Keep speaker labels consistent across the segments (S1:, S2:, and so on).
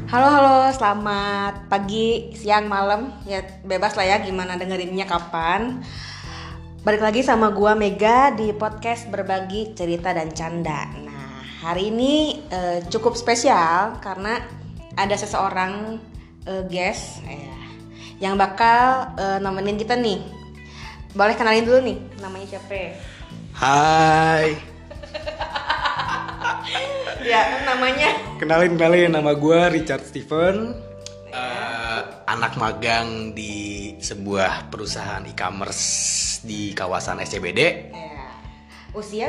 S1: Halo halo, selamat pagi, siang, malam. Ya bebas lah ya gimana dengerinnya kapan. Balik lagi sama gua Mega di podcast berbagi cerita dan canda. Nah, hari ini cukup spesial karena ada seseorang guest yang bakal nemenin kita nih. Boleh kenalin dulu nih, namanya siapa?
S2: Hai.
S1: Ya, namanya.
S2: Kenalin nama gue Richard Steven. Anak magang di sebuah perusahaan e-commerce di kawasan SCBD.
S1: Ya. Usia?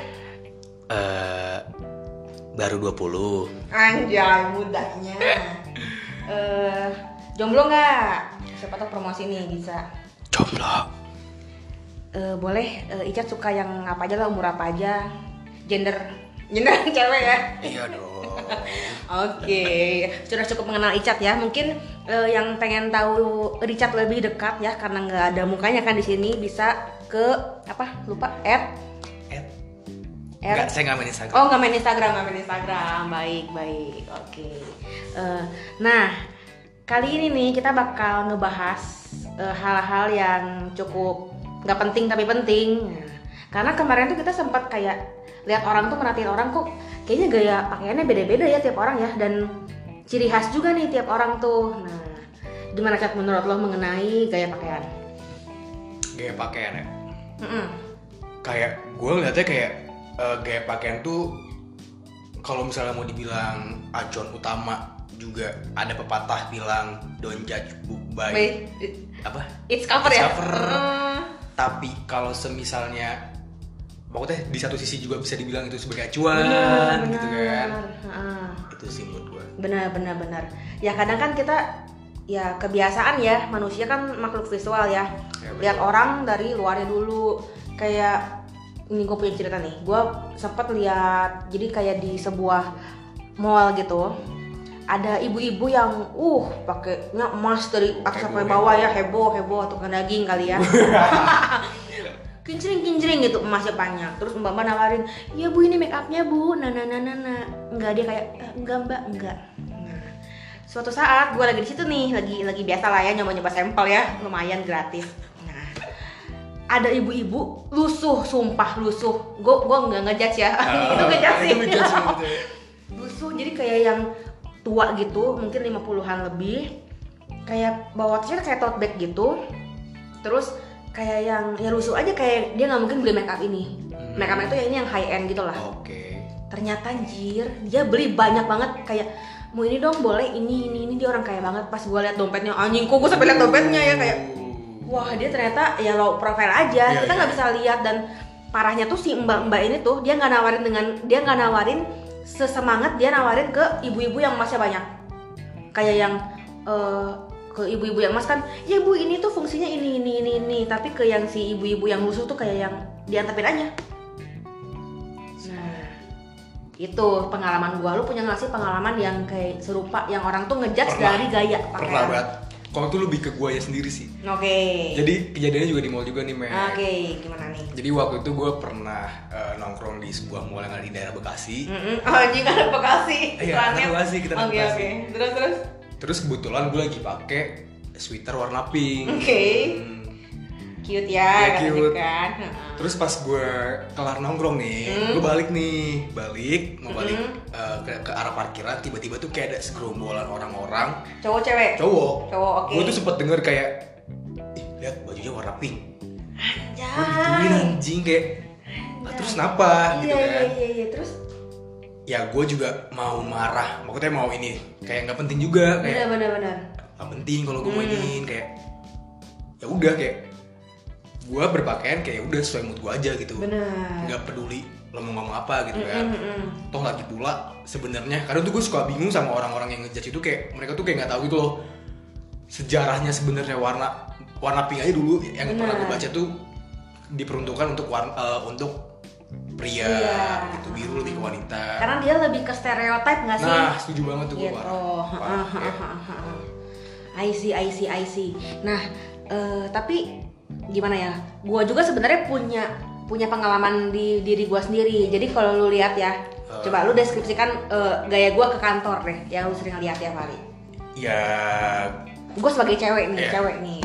S2: Baru 20.
S1: Anjay, mudanya. Jomblo nggak? Siapa tahu promosi nih bisa.
S2: Jomblo.
S1: Boleh, Icat suka yang apa aja lah, umur apa aja, gender cewek ya?
S2: Iya dong.
S1: Oke, sudah cukup mengenal Icat ya. Mungkin yang pengen tahu Richard lebih dekat ya, karena nggak ada mukanya kan di sini, bisa ke apa? Lupa
S2: Enggak, saya nggak main Instagram.
S1: Oh, nggak main Instagram. Baik. Oke. Nah, kali ini nih kita bakal ngebahas hal-hal yang cukup nggak penting tapi penting. Nah, karena kemarin tuh kita sempat kayak lihat orang tuh, merhatiin orang kok kayaknya gaya pakaiannya beda-beda ya tiap orang ya, dan ciri khas juga nih tiap orang tuh. Nah, gimana Cat menurut lo mengenai gaya pakaian?
S2: Gaya pakaian ya. Kayak gue ngeliatnya kayak gaya pakaian tuh kalau misalnya mau dibilang acuan utama, juga ada pepatah bilang don't judge book by apa?
S1: It's cover.
S2: Tapi kalau semisalnya maksudnya di satu sisi juga bisa dibilang itu sebagai acuan, gitu kan. Itu sih menurut gue.
S1: Benar. Ya kadang kan kita ya kebiasaan ya, manusia kan makhluk visual ya. Lihat orang dari luarnya dulu. Kayak ini gue punya cerita nih. Gue sempat lihat, jadi kayak di sebuah mall gitu. Ada ibu-ibu yang pakainya emas dari atas sampai bawah ya, heboh tukang daging kali ya. Kincring gitu, emasnya banyak. Terus mbak nawarin, ya bu ini make upnya bu, nah. Enggak, dia kayak enggak mbak. Nah, suatu saat gue lagi di situ nih, lagi biasa lah ya, nyoba sampel ya, lumayan gratis. Nah, ada ibu-ibu sumpah lusuh. Gue nggak ngejudge ya, itu ngejudge sih. Lusuh, jadi kayak yang tua gitu, mungkin 50-an lebih, kayak bawa t-shirt kayak tote bag gitu. Terus kayak yang ya rusuh aja, kayak dia nggak mungkin beli make up ini. Make up itu ya ini yang high end gitu lah. Ternyata anjir, dia beli banyak banget, kayak mau ini dong boleh, ini dia orang kaya banget. Pas gue liat dompetnya, anjing kok gue sampai liat dompetnya ya, kayak wah dia ternyata ya low profile aja. Kita nggak bisa lihat. Dan parahnya tuh si mbak ini tuh dia nggak nawarin sesemangat dia nawarin ke ibu-ibu yang emasnya banyak. Kayak yang ke ibu-ibu yang emas kan, ya bu ini tuh fungsinya ini, tapi ke yang si ibu-ibu yang lusuh tuh kayak yang diantepin aja. Nah, itu pengalaman gua. Lu punya nggak sih pengalaman yang kayak serupa, yang orang tuh ngejudge dari gaya pakaian?
S2: Pernah banget. Kalau itu lebih ke gua ya sendiri sih.
S1: Oke.
S2: Jadi kejadiannya juga di mall juga nih, Meg.
S1: Oke, gimana nih?
S2: Jadi waktu itu gue pernah nongkrong di sebuah mall yang ada di daerah Bekasi.
S1: Anjing ada Bekasi.
S2: Iya, Bekasi, kita di Bekasi.
S1: Oke.
S2: Terus kebetulan gue lagi pakai sweater warna pink.
S1: Cute ya,
S2: cute.
S1: Kan.
S2: Terus pas gue kelar nongkrong nih, gue balik mau balik ke arah parkiran. Tiba-tiba tuh kayak ada segerombolan orang-orang.
S1: Cowok cewek? Cowok, oke.
S2: Gue tuh sempet denger kayak, lihat bajunya warna pink.
S1: Anjay.
S2: Gue digituin anjing kayak, terus kenapa gitu kan?
S1: Iya, terus?
S2: Ya gue juga mau marah, maksudnya mau ini kayak nggak penting juga, kayak
S1: benar.
S2: Nggak penting kalau gue mau iniin, kayak ya udah, kayak gue berpakaian kayak udah sesuai mood gue aja gitu.
S1: Benar.
S2: Nggak peduli lo mau ngomong apa gitu kan. Toh lagi pula sebenarnya kadang tuh gue suka bingung sama orang-orang yang ngejudge itu, kayak mereka tuh kayak nggak tahu gitu loh sejarahnya sebenarnya warna pink aja dulu yang pernah gue baca tuh diperuntukkan untuk pria gitu, biru lebih ke wanita.
S1: Karena dia lebih ke stereotip nggak sih?
S2: Nah, setuju banget tuh gue. I see. Nah, tapi gimana ya? Gua juga sebenarnya punya
S1: punya pengalaman di diri gue sendiri. Jadi kalau lu lihat ya, coba lu deskripsikan gaya gue ke kantor deh, yang lu sering lihat tiap hari.
S2: Ya,
S1: gue sebagai cewek nih.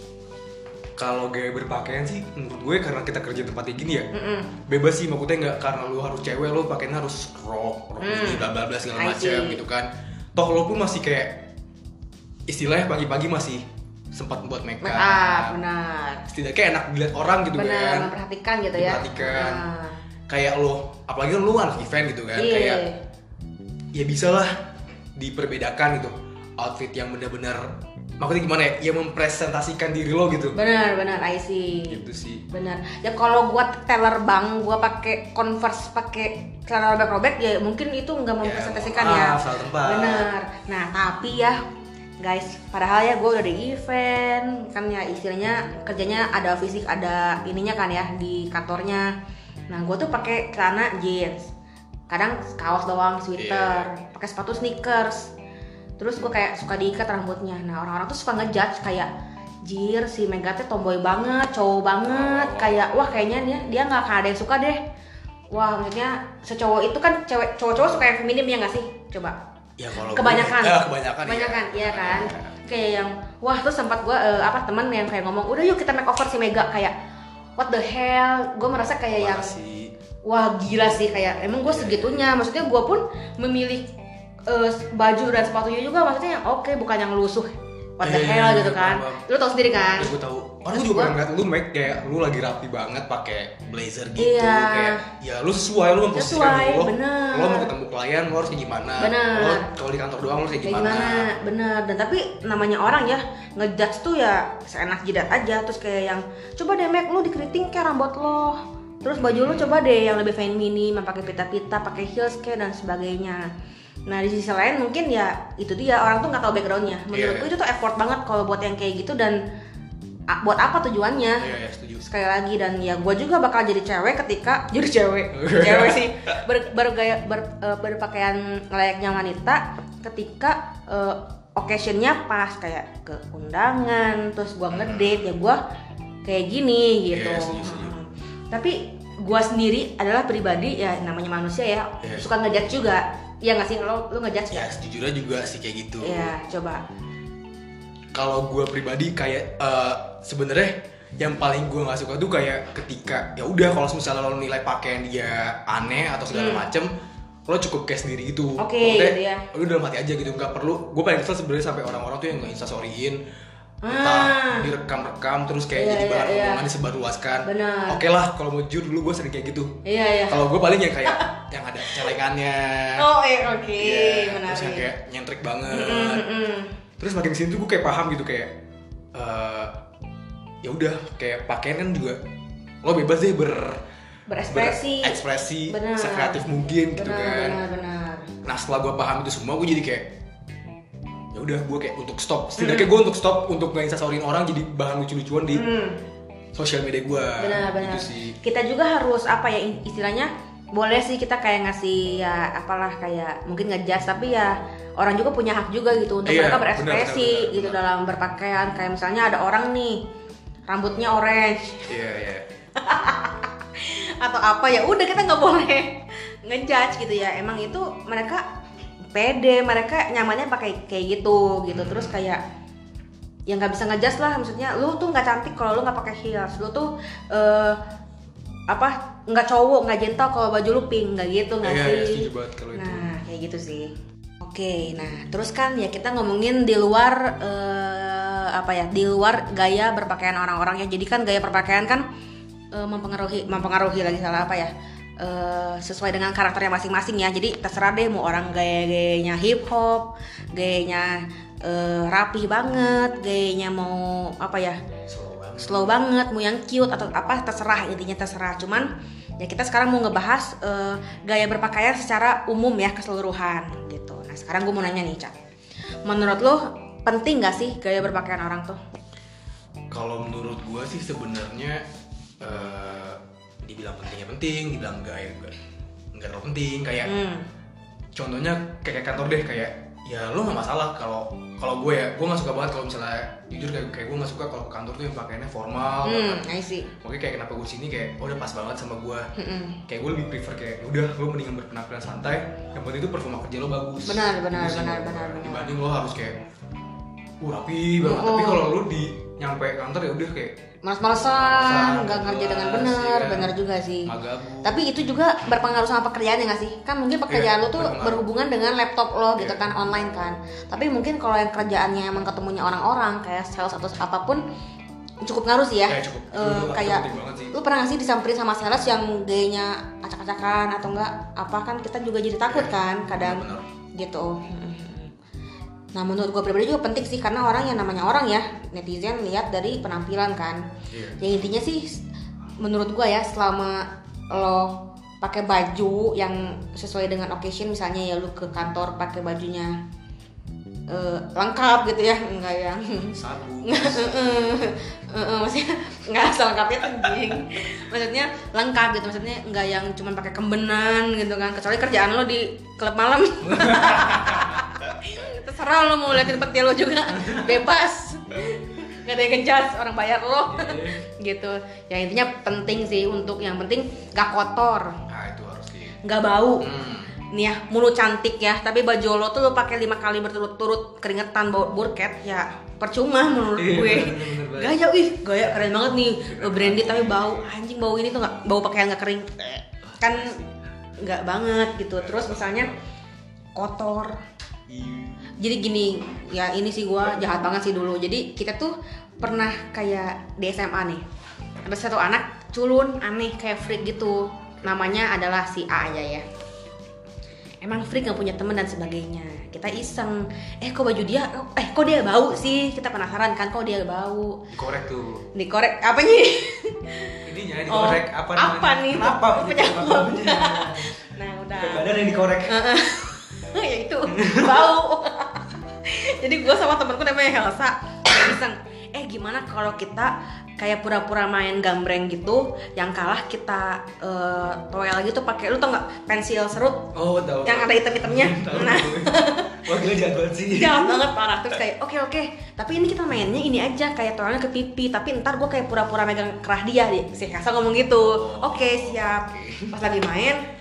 S2: Kalau gaya berpakaian sih, menurut gue karena kita kerja tempatnya gini ya, bebas sih, maksudnya nggak karena lu harus cewek, lu pakainya harus rok ini bla bla bla segala macam gitu kan. Toh lo pun masih kayak istilahnya pagi-pagi masih sempat buat make up,
S1: benar.
S2: Setidaknya enak dilihat orang gitu kan.
S1: Benar, memperhatikan gitu ya.
S2: Memperhatikan. Kayak lo, apalagi kan lo anak event gitu kan, kayak ya bisa lah diperbedakan gitu. Outfit yang benar-benar, maksudnya gimana ya, yang mempresentasikan diri lo gitu.
S1: Benar, I see.
S2: Gitu sih.
S1: Benar. Ya kalau gua teller bank, gua pakai Converse, pakai celana robek-robek, ya mungkin itu nggak mempresentasikan ya.
S2: Salah tempat.
S1: Benar. Nah tapi ya guys, padahal ya gue udah di event kan ya, istilahnya kerjanya ada fisik, ada ininya kan ya di kantornya. Nah gue tuh pakai celana jeans, kadang kaos doang, sweater, pakai sepatu sneakers. Terus gue kayak suka diikat rambutnya. Nah orang-orang tuh suka ngejudge kayak, jir si Mega teh tomboy banget, cowok banget, kayak wah kayaknya dia nggak akan ada yang suka deh. Wah maksudnya secowok itu kan cowok-cowok suka yang feminim ya nggak sih? Coba.
S2: Ya kalau
S1: kebanyakan
S2: ya
S1: kan, kayak yang wah tuh sempat gue teman yang kayak ngomong udah yuk kita makeover si Mega, kayak what the hell, gue merasa kayak yang wah gila sih, kayak emang gue segitunya. Maksudnya gue pun memilih baju dan sepatunya juga, maksudnya yang oke, bukan yang lusuh what the hell gitu kan. Lu tau sendiri kan?
S2: Ya gue tahu. Orang juga pernah ngeliat lu make kayak lu lagi rapi banget pakai blazer gitu, kayak ya lu sesuai, lu memposisikan diri lo mau ketemu klien lu harus kayak gimana, lo kalau di kantor doang lu kayak gimana.
S1: Bener. Dan tapi namanya orang ya ngejudge tuh ya seenak jidat aja. Terus kayak yang coba deh make lu dikeriting kayak rambut lo, terus baju lu coba deh yang lebih feminim, pakai pita-pita, pakai heels kayak dan sebagainya. Nah di sisi lain mungkin ya itu dia, orang tuh nggak tahu backgroundnya. Menurutku itu tuh effort banget kalau buat yang kayak gitu, dan buat apa tujuannya?
S2: Iya, setuju.
S1: Sekali lagi, dan ya gue juga bakal jadi cewek ketika jadi cewek sih berpakaian layaknya wanita ketika occasionnya pas kayak ke undangan, terus gue ngedate ya gue kayak gini gitu.
S2: Setuju.
S1: Tapi gue sendiri adalah pribadi ya, namanya manusia ya, suka ngejudge juga. Iya nggak sih, lu ngejudge
S2: ya?
S1: Gak?
S2: Sejujurnya juga sih kayak gitu.
S1: Iya, coba.
S2: Kalau gue pribadi kayak sebenarnya yang paling gue nggak suka tuh kayak ketika ya udah kalau misalnya lo nilai pakaian dia aneh atau segala macem, lo cukup kayak sendiri gitu.
S1: Oke, gitu ya.
S2: Lo dalam hati aja gitu, nggak perlu. Gue paling kesel sebenarnya sampai orang-orang tuh yang nge instastoryin, entah direkam terus kayak jadi bahan omongan disebarluaskan. Oke lah, kalau mau jujur dulu gue sering kayak gitu.
S1: Iya.
S2: Kalau gue paling yang kayak yang ada celengannya.
S1: Oh iya, oke. Menarik.
S2: Terus yang kayak nyentrik banget. Terus makin kesini tuh gue kayak paham gitu kayak ya udah kayak pakaian kan juga lo bebas deh berekspresi sekreatif mungkin gitu kan.
S1: Benar.
S2: Nah setelah gue paham itu semua, gue jadi kayak ya udah gue kayak untuk stop, setidaknya gue untuk stop untuk nggak instastoryin orang jadi bahan lucu-lucuan di sosial media gue.
S1: Benar.
S2: Gitu sih.
S1: Kita juga harus apa ya istilahnya, boleh sih kita kayak ngasih ya apalah kayak mungkin ngejudge, tapi ya orang juga punya hak juga gitu untuk mereka berekspresi benar. Gitu dalam berpakaian. Kayak misalnya ada orang nih rambutnya orange.
S2: Iya.
S1: Atau apa, ya udah kita nggak boleh ngejudge gitu ya. Emang itu mereka pede, mereka nyamannya pakai kayak gitu. Terus kayak ya nggak bisa ngejudge lah, maksudnya lu tuh nggak cantik kalau lu nggak pakai heels, lu tuh nggak cowok, nggak gentle kalau baju lu pink, nggak gitu nggak sih?
S2: Iya, setuju banget kalau itu.
S1: Nah kayak gitu sih. Oke, nah terus kan ya kita ngomongin di luar di luar gaya berpakaian orang-orang ya. Jadi kan gaya berpakaian kan mempengaruhi lagi sesuai dengan karakternya masing-masing ya. Jadi terserah deh mau orang gayanya hip hop, gayanya rapi banget, gayanya mau slow banget, mau yang cute atau apa, terserah, intinya terserah. Cuman ya kita sekarang mau ngebahas gaya berpakaian secara umum ya, keseluruhan gitu. Nah sekarang gue mau nanya nih Cak, menurut lo penting gak sih gaya berpakaian orang tuh?
S2: Kalau menurut gue sih sebenarnya dibilang penting, dibilang enggak terlalu penting. Kayak contohnya kayak kantor deh, kayak ya lo nggak masalah kalau gue ya, gue nggak suka banget kalau misalnya jujur kayak gue nggak suka kalau ke kantor tuh yang pakaiannya formal banget.
S1: I see.
S2: Makanya kayak kenapa gue di sini kayak udah pas banget sama gue. Kayak gue lebih prefer kayak udah lo mendingan berpenampilan santai, yang penting itu performa kerja lo bagus.
S1: Benar.
S2: Dibanding lo harus kayak rapi banget. Tapi kalau lo nyampe kantor ya udah kayak
S1: males-malesan, nggak kerja dengan benar,
S2: ya.
S1: Benar juga sih.
S2: Magabu.
S1: Tapi itu juga berpengaruh sama pekerjaannya nggak sih? Kan mungkin pekerjaan lo tuh berhubungan dengan laptop lo gitu kan, online kan. Tapi mungkin kalau yang kerjaannya emang ketemunya orang-orang kayak sales atau apapun cukup ngaruh sih ya. Kayak lu pernah nggak sih disamperin sama sales yang gayanya acak-acakan atau enggak apa, kan kita juga jadi takut kan kadang gitu. Nah menurut gue pribadi juga penting sih, karena orang yang namanya orang ya, netizen lihat dari penampilan kan. Yang intinya sih menurut gue ya, selama lo pakai baju yang sesuai dengan occasion, misalnya ya lu ke kantor pakai bajunya lengkap gitu ya, enggak yang
S2: sabu
S1: maksudnya nggak asal lengkapnya anjing, maksudnya lengkap gitu, maksudnya nggak yang cuma pakai kembenan gitu kan, kecuali kerjaan lo di klub malam. Terserah lo mau liatin peti lo juga, bebas, nggak ada yang ngejudge, orang bayar lo. Gitu ya, intinya penting sih, untuk yang penting gak kotor,
S2: itu harus
S1: nggak bau. Nih ya, mulut cantik ya, tapi baju lo tuh lo pakai 5 kali berturut-turut keringetan bau burket ya percuma menurut gue. Gaya keren banget nih, branded tapi bau, anjing bau ini tuh nggak, bau pakaian nggak kering kan, nggak banget gitu. Terus misalnya kotor, jadi gini ya, ini sih gue jahat banget sih dulu. Jadi kita tuh pernah kayak di SMA nih, ada satu anak culun aneh kayak freak gitu, namanya adalah si A aja ya. Emang freak, gak punya teman dan sebagainya. Kita iseng, kok baju dia, kok dia bau sih? Kita penasaran kan, kok dia bau. Dikorek apanya?
S2: Ininya dikorek apa namanya?
S1: Apa nih?
S2: Kenapa?
S1: Nah udah.
S2: Badan yang dikorek.
S1: Ya itu bau. Jadi gue sama temenku namanya Helsa iseng, gimana kalau kita kayak pura-pura main gambreng gitu, yang kalah kita toel gitu pakai, lu tau nggak pensil serut?
S2: Tahu.
S1: Yang ada item-itemnya. Nah,
S2: wah gila jahat banget sih.
S1: Jahat banget parah. Terus kayak oke, tapi ini kita mainnya ini aja, kayak toelnya ke pipi, tapi ntar gue kayak pura-pura megang kerah dia. Si Helsa ngomong gitu. Oke, siap. Pas lagi main,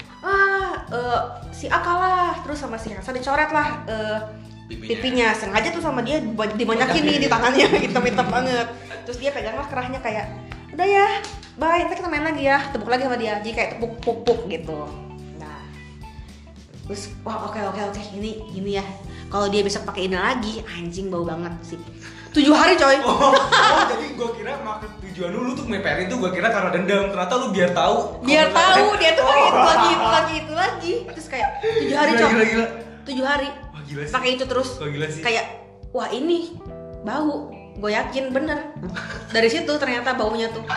S1: si A kalah, terus sama si Helsa dicoret lah pipinya, sengaja tuh sama dia dibanyakin nih di tangannya, hitam-hitam banget. Terus dia pegang lah kerahnya kayak, udah ya, bye, ntar kita main lagi ya, tepuk lagi sama dia, jadi kayak tepuk gitu. Nah, terus wah oke, ini ya, kalau dia besok pakai ini lagi, anjing bau banget sih. 7 hari coy.
S2: Jadi gue kira maksud tujuan lu tuh meperin tuh, gue kira karena dendam, ternyata lu biar tahu
S1: dia tuh pakai itu lagi, terus kayak 7 hari coy. 7 hari. Pakai itu terus. Kayak wah ini bau. Gue yakin bener. Dari situ ternyata baunya tuh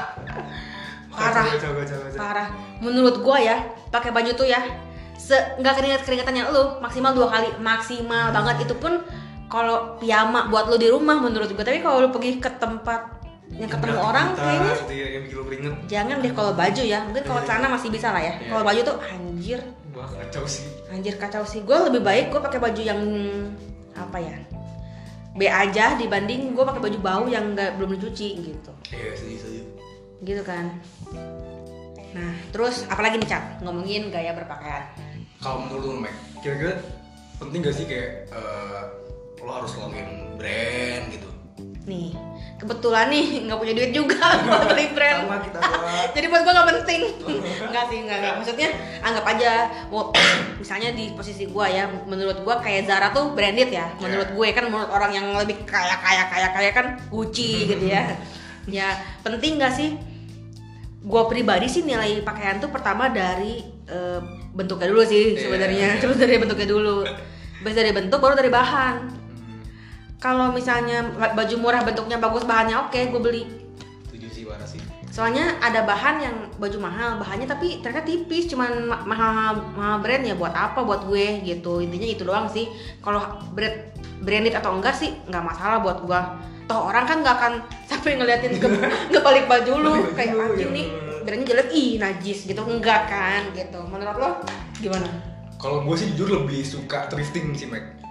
S1: parah. Menurut gue ya, pakai baju tuh ya, nggak keringetannya lu maksimal 2 kali, maksimal banget. Itu pun kalau piyama buat lu di rumah menurut gue. Tapi kalau lu pergi ke tempat yang ketemu orang kayaknya
S2: yang bikin lu keringet.
S1: Jangan deh kalau baju ya. Mungkin kalau celana masih bisa lah ya. Kalau baju tuh anjir.
S2: Wah, kacau sih.
S1: Gue lebih baik gue pakai baju yang apa ya, B aja dibanding gue pakai baju bau yang belum dicuci gitu.
S2: Iya sih.
S1: Gitu kan. Nah terus apalagi nih Cat, ngomongin gaya berpakaian.
S2: Kalau menurut lu Mac, kira-kira penting gak sih kayak lo harus ngomongin brand gitu?
S1: Nih kebetulan nih nggak punya duit juga buat beli brand.
S2: Sama kita doang.
S1: Jadi buat gue nggak penting. Enggak. Maksudnya anggap aja, misalnya di posisi gue ya, menurut gue kayak Zara tuh branded ya. Menurut gue kan, menurut orang yang lebih kaya kan Gucci gitu ya. Ya penting nggak sih? Gue pribadi sih nilai pakaian tuh pertama dari bentuknya dulu sih sebenarnya. Terus dari bentuknya dulu. Habis dari bentuk baru dari bahan. Kalau misalnya baju murah bentuknya bagus, bahannya oke, gue beli.
S2: Setuju sih, parah sih.
S1: Soalnya ada bahan yang baju mahal, bahannya tapi ternyata tipis, cuman mahal brand ya, buat apa buat gue gitu. Intinya itu doang sih. Kalau branded atau enggak sih nggak masalah buat gue. Toh orang kan nggak akan sampai ngeliatin ngebalik baju lu kayak anjing nih brandnya jelek, najis gitu, enggak kan gitu. Menurut lo gimana?
S2: Kalau gue sih jujur lebih suka thrifting sih Mac.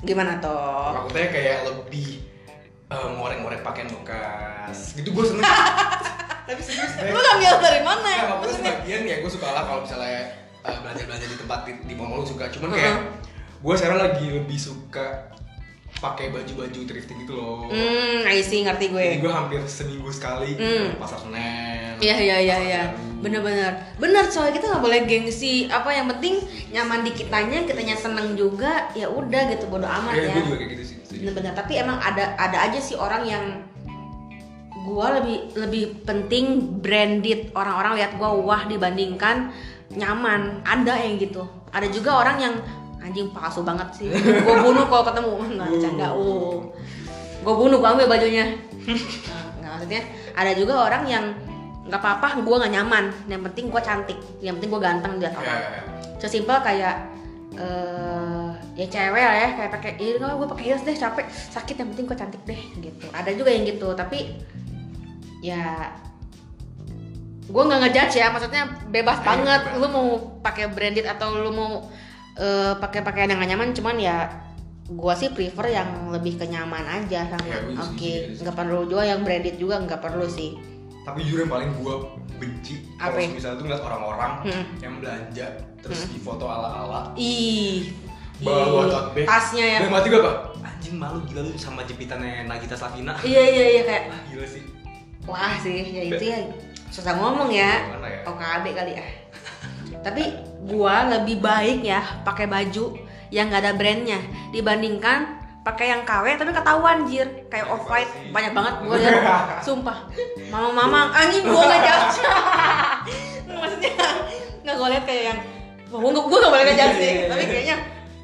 S1: Gimana tuh?
S2: Maksudnya kayak lebih ngorek-ngorek pakaian bekas gitu, gue seneng. Tapi serius
S1: Lu ngambil dari mana ya?
S2: Maksudnya sebagian ya gue suka lah kalau misalnya belanja-belanja di tempat di mall suka. Cuman kayak gue sekarang lagi lebih suka pakai baju-baju thrifting gitu loh.
S1: I see, ngerti gue.
S2: Jadi gue hampir seminggu sekali ke pasar Senen.
S1: Iya. Bener, soalnya kita nggak boleh gengsi. Apa yang penting nyaman di kitanya seneng juga. Ya udah gitu, bodo amat ya.
S2: Gue juga kayak gitu sih.
S1: Bener-bener. Tapi emang ada aja sih orang yang gua lebih penting branded. Orang-orang lihat gua wah dibandingkan nyaman. Ada yang gitu. Ada juga orang yang anjing palsu banget sih. Gua bunuh kalau ketemu. Nggak bercanda. Gua bunuh, gua ambil bajunya. Nggak, maksudnya ada juga orang yang nggak apa-apa, gue nggak nyaman. Yang penting gue cantik, yang penting gue ganteng dilihat orang. Sesimpel kayak ya cewek lah ya, kayak pakai ini nggak, gue pakai heels deh capek sakit, yang penting gue cantik deh gitu. Ada juga yang gitu, tapi ya gue nggak ngejudge ya, maksudnya bebas banget. Lu mau pakai branded atau lu mau pakai pakaian yang gak nyaman, cuman ya gue sih prefer yang lebih kenyaman aja sama. Oke, nggak perlu juga yang branded juga, nggak perlu sih.
S2: Tapi jujur yang paling gue benci kalau misalnya tuh ngeliat orang-orang yang belanja terus di foto ala-ala, bawa tote bag,
S1: tasnya ya,
S2: mati gue apa? Anjing malu gila lu sama jepitannya Nagita Slavina.
S1: Iya kayak
S2: gila sih.
S1: Wah sih, ya itu ya susah ngomong ya. OKB kali ya. Tapi gua lebih baik ya pakai baju yang nggak ada brandnya dibandingkan pakai yang KW tapi ketahuan anjir, kayak off-white banyak banget gua lihat. Sumpah. Mama anjing gua enggak judge. Maksudnya enggak gua lihat kayak yang gua enggak boleh ngejudge sih, tapi kayaknya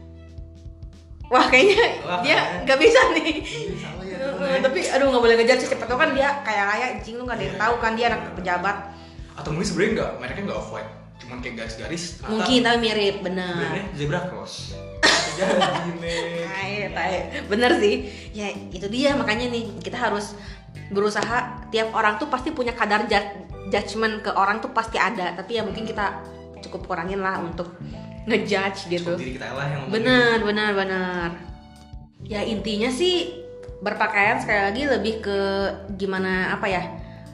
S1: dia enggak bisa nih. Tapi aduh enggak boleh ngejudge sih, siapa tahu kan dia kayak raya anjing, lu enggak ada yang tahu kan dia anak pejabat. Atau
S2: mungkin sebenarnya enggak, mereknya enggak off-white, cuman kayak garis-garis.
S1: Mungkin tapi mirip, bener.
S2: Brandnya Zebra Cross.
S1: Bener sih ya, itu dia makanya nih kita harus berusaha. Tiap orang tuh pasti punya kadar judgement ke orang tuh pasti ada, tapi ya mungkin kita cukup kurangin lah untuk ngejudge gitu.
S2: Diri kita lah yang
S1: benar ya. Intinya sih berpakaian sekali lagi lebih ke gimana, apa ya,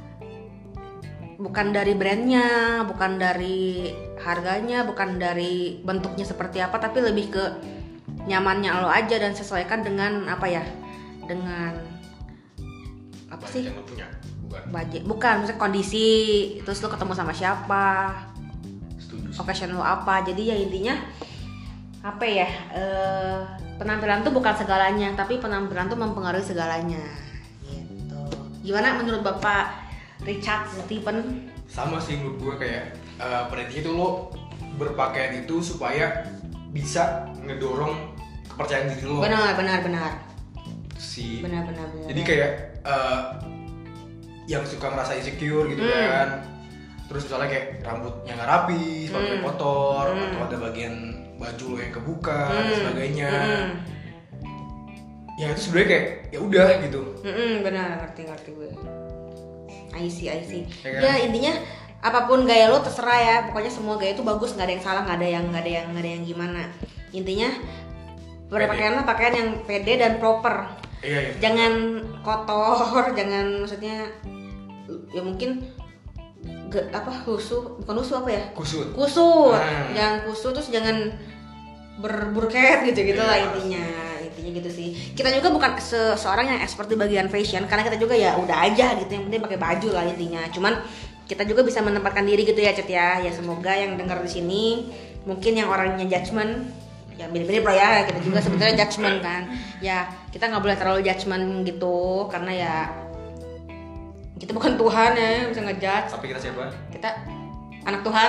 S1: bukan dari brandnya, bukan dari harganya, bukan dari bentuknya seperti apa, tapi lebih ke nyamannya lo aja dan sesuaikan dengan apa ya, dengan apa sih?
S2: Yang lo punya,
S1: bukan, maksudnya kondisi, terus lo ketemu sama siapa, occasion lo apa. Jadi ya intinya apa ya, penampilan tuh bukan segalanya, tapi penampilan tuh mempengaruhi segalanya. Gitu. Gimana menurut Bapak Richard Stephen?
S2: Sama sih menurut gue, kayak pada intinya tuh lo berpakaian itu supaya bisa ngedorong kepercayaan diri lo.
S1: Benar.
S2: Jadi kayak yang suka ngerasa insecure gitu kan, terus misalnya kayak rambutnya nggak rapi, sepatunya kotor, atau ada bagian baju lo yang kebuka dan sebagainya. Ya itu sebenarnya kayak ya udah gitu.
S1: Benar, ngerti gue. I see. Ya intinya apapun gaya lo terserah ya, pokoknya semua gaya itu bagus, nggak ada yang salah, nggak ada yang gimana. Intinya berpakaianlah pakaian yang pede dan proper.
S2: Iya.
S1: Jangan kotor, jangan, maksudnya ya mungkin kusut. Jangan kusut, terus jangan berburket gitu lah intinya gitu sih. Kita juga bukan seorang yang expert di bagian fashion, karena kita juga ya udah aja gitu, yang penting pakai baju lah intinya. Cuman kita juga bisa menempatkan diri gitu ya, Cet ya. Ya semoga yang dengar di sini, mungkin yang orangnya judgement, ya mirip-mirip lah ya, kita juga sebenarnya judgement kan. Ya kita nggak boleh terlalu judgement gitu, karena ya kita bukan Tuhan ya, bisa ngejudge.
S2: Tapi kita siapa?
S1: Kita anak Tuhan.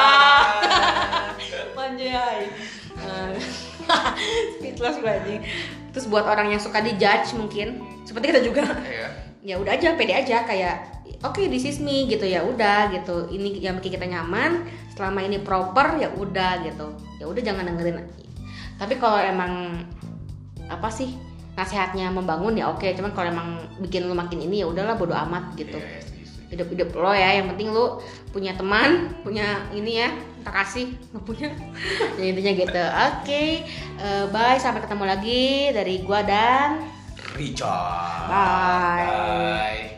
S1: Manjai. Speechless gue anjing. Terus buat orang yang suka dijudge mungkin seperti kita juga. Ya udah aja, pede aja, kayak oke, this is me gitu, ya udah gitu. Ini yang bikin kita nyaman, selama ini proper ya udah gitu. Ya udah jangan dengerin. Tapi kalau emang apa sih nasihatnya membangun ya oke, cuman kalau emang bikin lu makin ini ya udahlah bodo amat gitu. hidup lo ya, yang penting lo punya teman, punya ini ya, tak kasih nggak punya. Ya intinya gitu. Oke, bye, sampai ketemu lagi dari gua dan
S2: Richard.
S1: Bye.
S2: Bye.